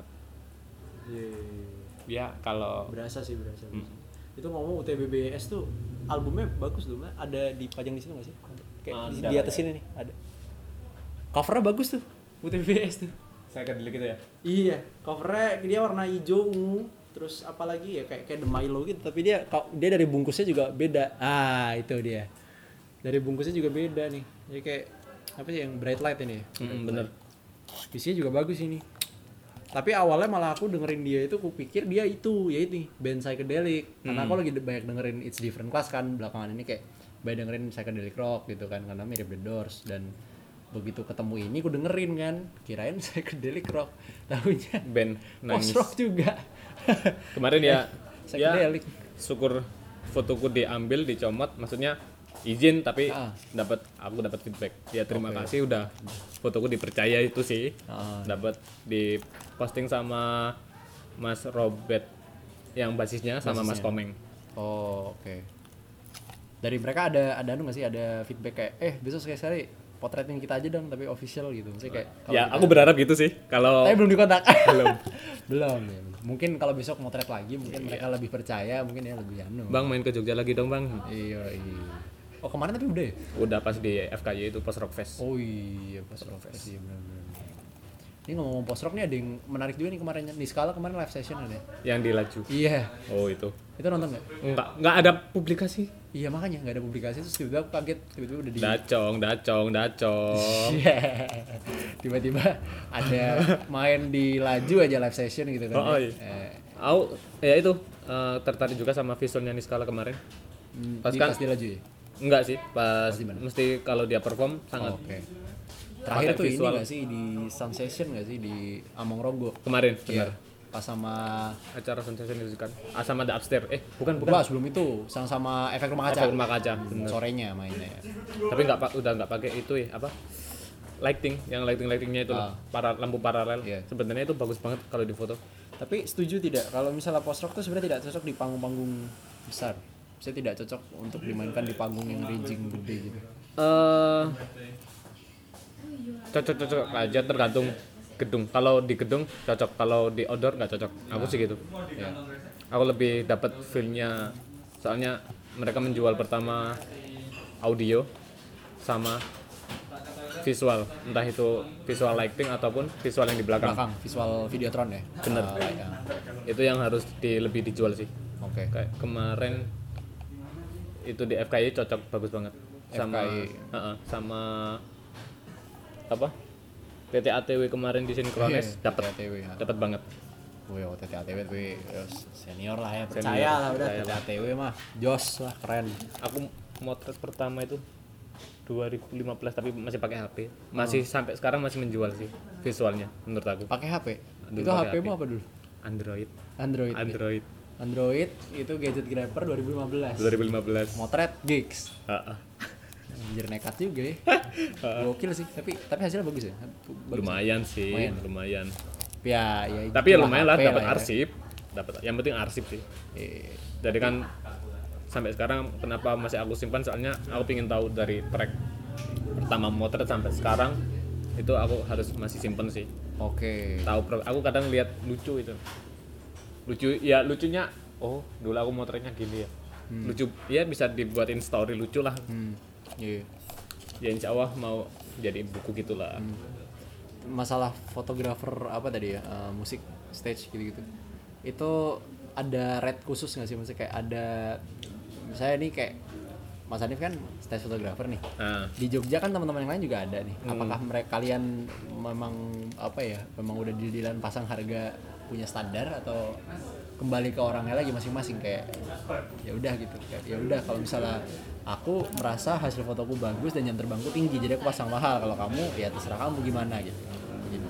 Yeah. Ya kalau berasa sih berasa. Hmm. Itu ngomong U T B B S tuh albumnya bagus tuh, ada dipajang di sini nggak sih? Kayak ah, di, di atas sini nih ada. Covernya bagus tuh U T B B S tuh. Saya kedeli gitu ya. Iya, covernya dia warna hijau ungu, terus apalagi ya kayak kayak The Milo gitu, tapi dia dia dari bungkusnya juga beda. Ah itu dia. Dari bungkusnya juga beda nih. Jadi kayak apa sih yang bright light ini? Hmm, bener. Visinya juga bagus ini. Tapi awalnya malah aku dengerin dia itu, aku pikir dia itu, ya itu band psychedelic. Karena hmm. aku lagi banyak dengerin It's Different Class kan belakangan ini kayak banyak dengerin psychedelic rock gitu kan, karena mirip The Doors. Dan begitu ketemu ini aku dengerin kan, kirain psychedelic rock, tahunya band post rock juga. Kemarin ya, psychedelic. Ya syukur fotoku diambil, dicomot, maksudnya izin tapi ah. dapat aku dapat feedback. Ya terima okay. kasih udah fotoku dipercaya itu sih. Ah. Dapat di posting sama Mas Robert yang basisnya sama basisnya. Mas Komeng. Oh, oke. Okay. Dari mereka ada ada anu enggak sih, ada feedback kayak eh besok sekali-sekali potretin kita aja dong tapi official gitu. Maksudnya kayak ya aku berharap gitu sih. Kalau tapi belum dikontak. belum. belum ya. Mungkin kalau besok motret lagi mungkin iya. mereka lebih percaya, mungkin ya lebih anu. Bang main ke Jogja lagi dong, Bang. Iya, iya. Oh kemarin tapi udah ya? Udah pas di F K Y itu Post Rock Fest. Oh iya Post Rock Fest, iya benar-benar. Ini ngomong Post Rock nih ada yang menarik juga nih kemarin. Niskala kemarin live session ada. Yang di Laju? Iya. Oh itu. Itu nonton nggak? Enggak, nggak ada publikasi. Iya makanya nggak ada publikasi, terus tiba-tiba aku kaget, tiba-tiba udah di. Dacong, dacong, dacong. Yeah. Tiba-tiba ada main di Laju aja live session gitu kan. Oh, iya. Eh. Aku ya itu uh, tertarik juga sama visualnya Niskala kemarin. Hmm, pas di, kan pas di Laju ya? Enggak sih, pas mesti kalau dia perform sangat. Oh, oke. Okay. Terakhir tuh visual. Ini nggak sih di Sound Session nggak sih di Among Rogo kemarin? Benar. Iya. Pas sama acara Sound Session itu kan. Ah sama The Upstairs. Eh bukan bukan. Bukan sebelum itu, sama-sama Efek Rumah Kaca. Efek Rumah Kaca. Bener. Sorenya mainnya. Tapi nggak udah nggak pakai itu ya apa? Lighting, yang lighting lightingnya itu ah. para lampu paralel. Yeah. Sebenarnya itu bagus banget kalau di foto. Tapi setuju tidak kalau misalnya post rock tuh sebenarnya tidak cocok di panggung-panggung besar. Saya tidak cocok untuk dimainkan di panggung yang rigging gede gitu. Uh, cocok-cocok aja tergantung gedung. Kalau di gedung cocok, kalau di outdoor nggak cocok. Aku nah. sih gitu. Ya. Aku lebih dapat feel-nya. Soalnya mereka menjual pertama audio sama visual, entah itu visual lighting ataupun visual yang di belakang. Belakang, visual Videotron ya. Bener. Uh, ya. Itu yang harus di, lebih dijual sih. Oke. Okay. Kayak kemarin itu di F K I cocok bagus banget sama F K I. Uh-uh, sama apa T T A T W kemarin di Synchronize dapat dapat banget. Oh ya T T A T W senior lah ya, percaya senior, lah udah T T A T W mah jos lah, keren. Aku motret pertama itu dua ribu lima belas tapi masih pakai H P, masih oh. sampai sekarang masih menjual sih visualnya menurut aku. Pakai H P? Dulu itu H P-mu apa dulu? Android. Android. Android. Ya? Android itu Gadget Grabber dua ribu lima belas. dua ribu lima belas. Motret gigs. Heeh. Anjir nekat juga ya. Gokil sih, tapi tapi hasilnya bagus ya. Bagus lumayan ya? sih, lumayan. lumayan. Ya, ya tapi ya lumayan lah dapat arsip. Dapat yang penting arsip sih. E, Jadi kan sampai sekarang kenapa masih aku simpan, soalnya aku pengen tahu dari track pertama motret sampai sekarang itu aku harus masih simpen sih. Oke. Okay. Tahu aku kadang lihat lucu itu. Lucu ya, lucunya oh dulu aku motretnya gini ya. Hmm. Lucu ya, bisa dibuatin story lucu lah. Hmm. Yeah. Ya insya Allah mau jadi buku gitulah. Hmm. Masalah fotografer apa tadi ya, uh, musik stage gitu-gitu. Itu ada rate khusus nggak sih, maksudnya kayak ada misalnya nih kayak Mas Hanif kan stage fotografer nih. Uh. Di Jogja kan teman-teman yang lain juga ada nih. Hmm. Apakah mereka kalian memang apa ya, memang udah deal-dealan pasang harga punya standar atau kembali ke orangnya lagi masing-masing, kayak ya udah gitu, kayak ya udah kalau misalnya aku merasa hasil fotoku bagus dan jam terbangku tinggi jadi aku pasang mahal, kalau kamu ya terserah kamu gimana gitu. Gitu.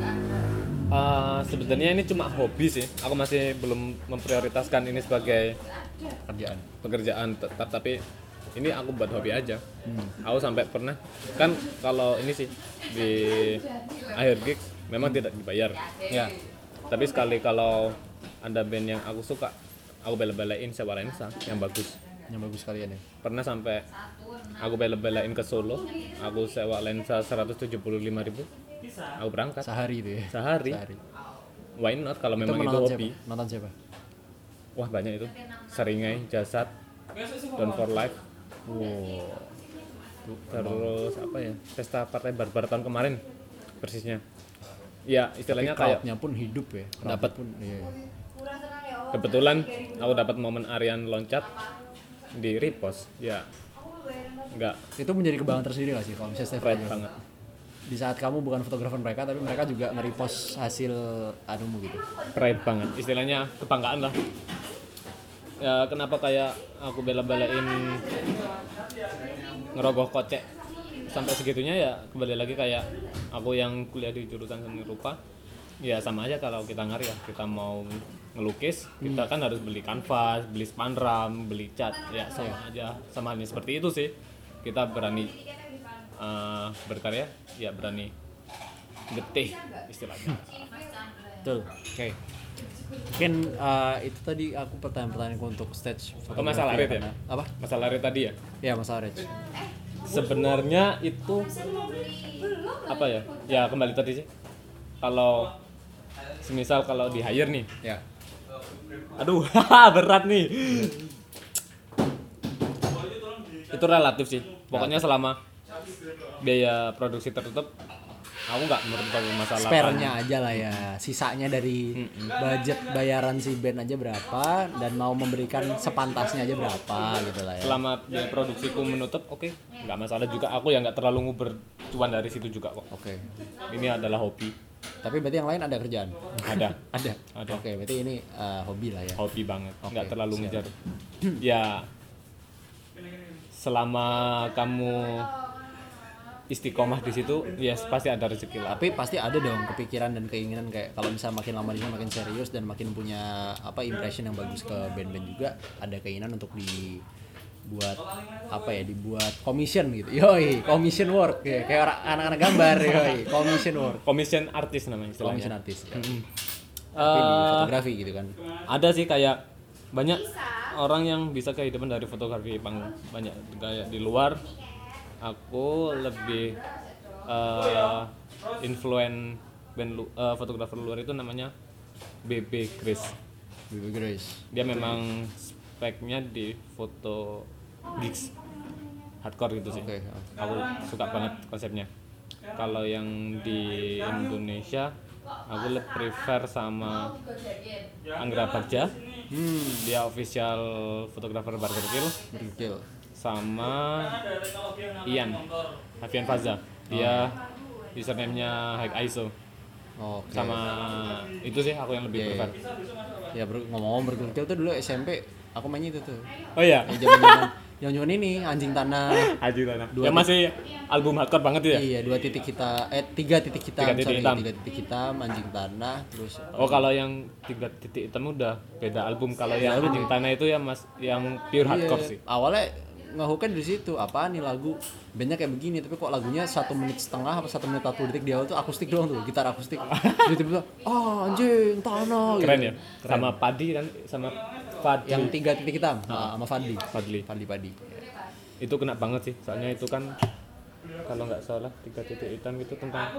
Uh, sebenarnya ini cuma hobi sih. Aku masih belum memprioritaskan ini sebagai pekerjaan. Pekerjaan tetap, tapi ini aku buat hobi aja. hmm. Aku sampai pernah kan kalau ini sih di akhir gig memang tidak dibayar ya, tapi sekali kalau ada band yang aku suka aku bela-belain sewa lensa yang bagus yang bagus kalian ya. Pernah sampai aku bela-belain ke Solo, aku sewa lensa seratus tujuh puluh lima ribu, aku berangkat Sehari itu ya. sehari, Sehari. Why not kalau Itu memang itu menonton hobi. siapa? Nonton siapa? Wah banyak itu, Seringai, Jasad, Down for Life. Wow. Terus apa ya, Pesta Partai Barbar tahun kemarin persisnya. Ya istilahnya Tapi kayak crowd-nya pun hidup ya. Crowd dapat pun iya. kebetulan aku dapat momen Aryan loncat di repost ya, nggak Itu menjadi kebanggaan tersendiri gak sih kalau misalnya Steph pride Curry? banget. Di saat kamu bukan fotografer mereka tapi mereka juga nge-repost hasil anumu gitu. Pride banget, istilahnya kebanggaan lah. Ya kenapa kayak aku bela-belain ngerogoh kocek sampai segitunya ya, kembali lagi kayak aku yang kuliah di jurusan seni rupa ya sama aja kalau kita ngarya, kita mau ngelukis kita Hmm. kan harus beli kanvas, beli spandram, beli cat ya sama aja, sama halnya seperti itu sih. Kita berani uh, berkarya ya berani getih istilahnya. Betul. Oke. Mungkin uh, itu tadi aku pertanyaan-pertanyaanku untuk stage Oh, masalah Red ya? karena- Apa? Masalah Red tadi ya, Ya masalah Rich. sebenarnya itu apa ya, ya kembali tadi sih, kalau semisal kalau di hire nih, Ya. aduh berat nih, itu relatif sih pokoknya selama biaya produksi tertutup aku nggak mempermasalahkan. Spare-nya aja lah ya. Sisanya dari budget bayaran si band aja berapa dan mau memberikan sepantasnya aja berapa gitu lah ya. Selama biaya produksiku menutup, oke, nggak masalah juga. Aku yang nggak terlalu nguber cuan dari situ juga kok. Oke. Ini adalah hobi. Tapi berarti yang lain ada kerjaan? Ada, Ada. ada. Oke, berarti ini uh, hobi lah ya. Hobi banget, Oke, nggak terlalu siap. ngejar. Ya, selama kamu istiqomah di situ, ya pasti ada rezeki lah. Tapi pasti ada dong kepikiran dan keinginan kayak kalau misalnya makin lama di sini makin serius dan makin punya apa impression yang bagus ke band-band juga, ada keinginan untuk dibuat apa ya, dibuat commission gitu. Yoi, commission work ya, kayak orang anak-anak gambar yoi, commission work. Commission artist namanya istilahnya. Commission artist. Ya. Mm-mm. Tapi di Eh, fotografi gitu kan. ada sih kayak banyak orang yang bisa kehidupan dari fotografi panggung, banyak kayak di luar. Aku lebih uh, influen band lu, uh, fotografer luar itu namanya B B Chris. B B Grace. Dia memang speknya di foto gigs hardcore gitu sih. Oke. Aku suka banget konsepnya. Kalau yang di Indonesia aku lebih prefer sama Anggra Bagja. Hmm, Dia official fotografer Burger Kill. bergil. Sama Ian Hafian Faza, dia username-nya High I S O. Oke. Sama itu sih aku yang lebih Iya, prefer. Ya ber- ngomong-ngomong bergil tuh dulu S M P aku mainnya itu tuh. Oh iya, Ya zaman-zaman yang zaman ini anjing tanah. Haji Tanah. Dua Yang masih album hardcore banget itu ya? Iya, dua titik kita eh tiga titik hitam, Tiga titik sorry, hitam. tiga titik hitam, anjing tanah, terus Oh kalau yang tiga titik hitam udah beda album. Kalau yang Anjing Tanah itu ya mas, yang pure hardcore Iya, sih. awalnya ngehooknya dari situ, apaan nih lagu bandnya kayak begini tapi kok lagunya satu menit setengah apa satu menit empat puluh detik di awal tuh akustik doang tuh, gitar akustik. Jadi tiba-tiba oh anjing tanah Keren gitu. ya. Sama Padi kan, sama Fadli. Yang tiga titik hitam ah, sama Fadli. Fadli. Fadli Padi. Itu kena banget sih. Soalnya itu kan kalau nggak salah tiga titik hitam itu tentang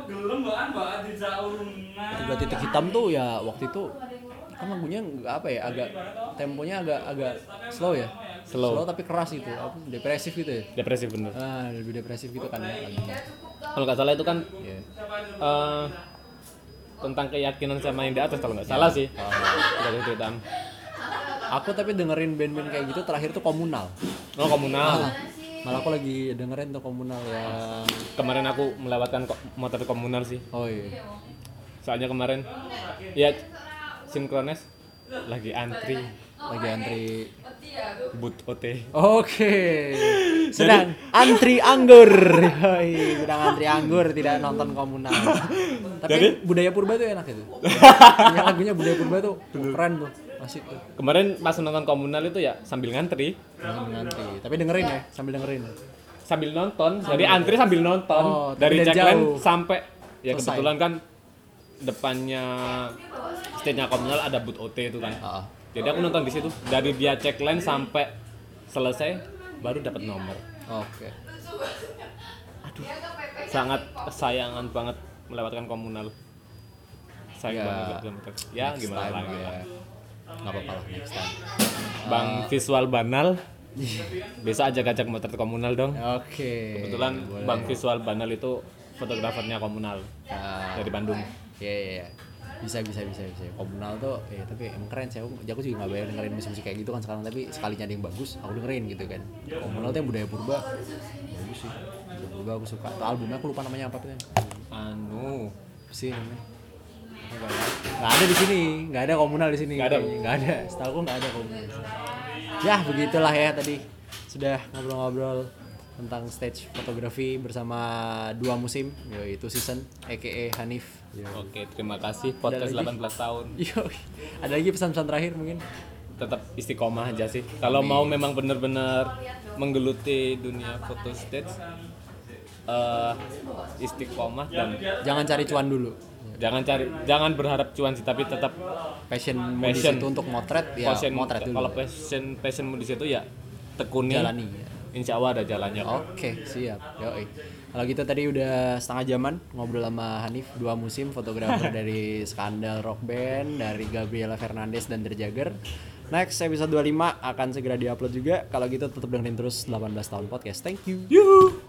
Tiga titik hitam tuh ya waktu itu kan lagunya nggak apa ya, agak temponya agak agak slow ya. Slow. tapi keras gitu, apa, depresif gitu ya. depresif bener. Ah, lebih depresif gitu kan ya lagunya. Kalau nggak salah itu kan Iya. eh, tentang keyakinan sama yang di atas kalau nggak salah sih. Oh. Tiga titik hitam. Aku tapi dengerin band-band kayak gitu terakhir tuh Komunal. Oh komunal. Malah aku lagi dengerin tuh Komunal yang Kemarin aku melewatkan ko- motor komunal sih. oh iya. Soalnya kemarin ya sinkrones lagi antri Lagi antri. boot O T. Oke. Sedang antri anggur. Hoi, sedang antri anggur tidak nonton Komunal. Tapi Jadi- budaya purba tuh enak itu. Yang lagunya budaya purba tuh keren tuh. Asik tuh. Kemarin pas nonton Komunal itu ya sambil ngantri. Sambil ngantri. Tapi dengerin ya, sambil dengerin. Sambil nonton. Jadi antri sambil nonton. Oh, dari checkline jauh. sampai ya Selesai. kebetulan kan depannya stage-nya Komunal ada booth O T itu kan. Heeh. Jadi aku nonton di situ dari dia checkline sampai selesai baru dapat nomor. Oke. Sangat kesayangan banget melewatkan Komunal. Sayang Ya, banget kilometer. Ya Next gimana time lagi ya. Enggak apa-apa lah next time. Bang Visual Banal. Besok ajak-ajak motor Komunal dong. Oke. Kebetulan boleh. Bang Visual Banal itu fotografernya Komunal Ah, dari Bandung. Iya iya iya. Bisa bisa bisa bisa. Komunal tuh ya tapi emang keren sih. Aku, aku juga nggak bayar dengerin musik-musik kayak gitu kan sekarang, tapi sekalinya ada yang bagus aku dengerin gitu kan. Komunal tuh yang budaya purba bagus sih. Budaya purba aku suka. Tuh albumnya aku lupa namanya apa tuh. Anu, Apa sih namanya? Nggak ada. Nggak ada di sini, nggak ada Komunal di sini. Nggak ada? Nggak ada. Setahu aku nggak ada Komunal. Ya begitulah ya tadi sudah ngobrol-ngobrol tentang stage fotografi bersama dua musim, yaitu Season, aka Hanif. Yo. oke terima kasih podcast lagi? delapan belas tahun. Yo, ada lagi pesan-pesan terakhir mungkin? Tetap istiqomah aja sih. Kalau mau memang benar-benar menggeluti dunia foto stage, eh, istiqomah dan Jangan cari cuan dulu. jangan cari, jangan berharap cuan sih, tapi tetap Passion, Passion. passion. Itu untuk motret ya, passion. motret dulu. Kalau passion passionmu di situ ya tekuni. Jalani ya. Insya Allah ada jalannya. Oke, siap. Yoi. Kalau gitu tadi udah setengah jaman ngobrol sama Hanif, dua musim fotografer dari Skandal Rock Band, dari Gabriela Fernandez dan The Jagger. Next episode dua puluh lima akan segera diupload juga. Kalau gitu tetap dengerin terus delapan belas tahun podcast. Thank you. Yuhu.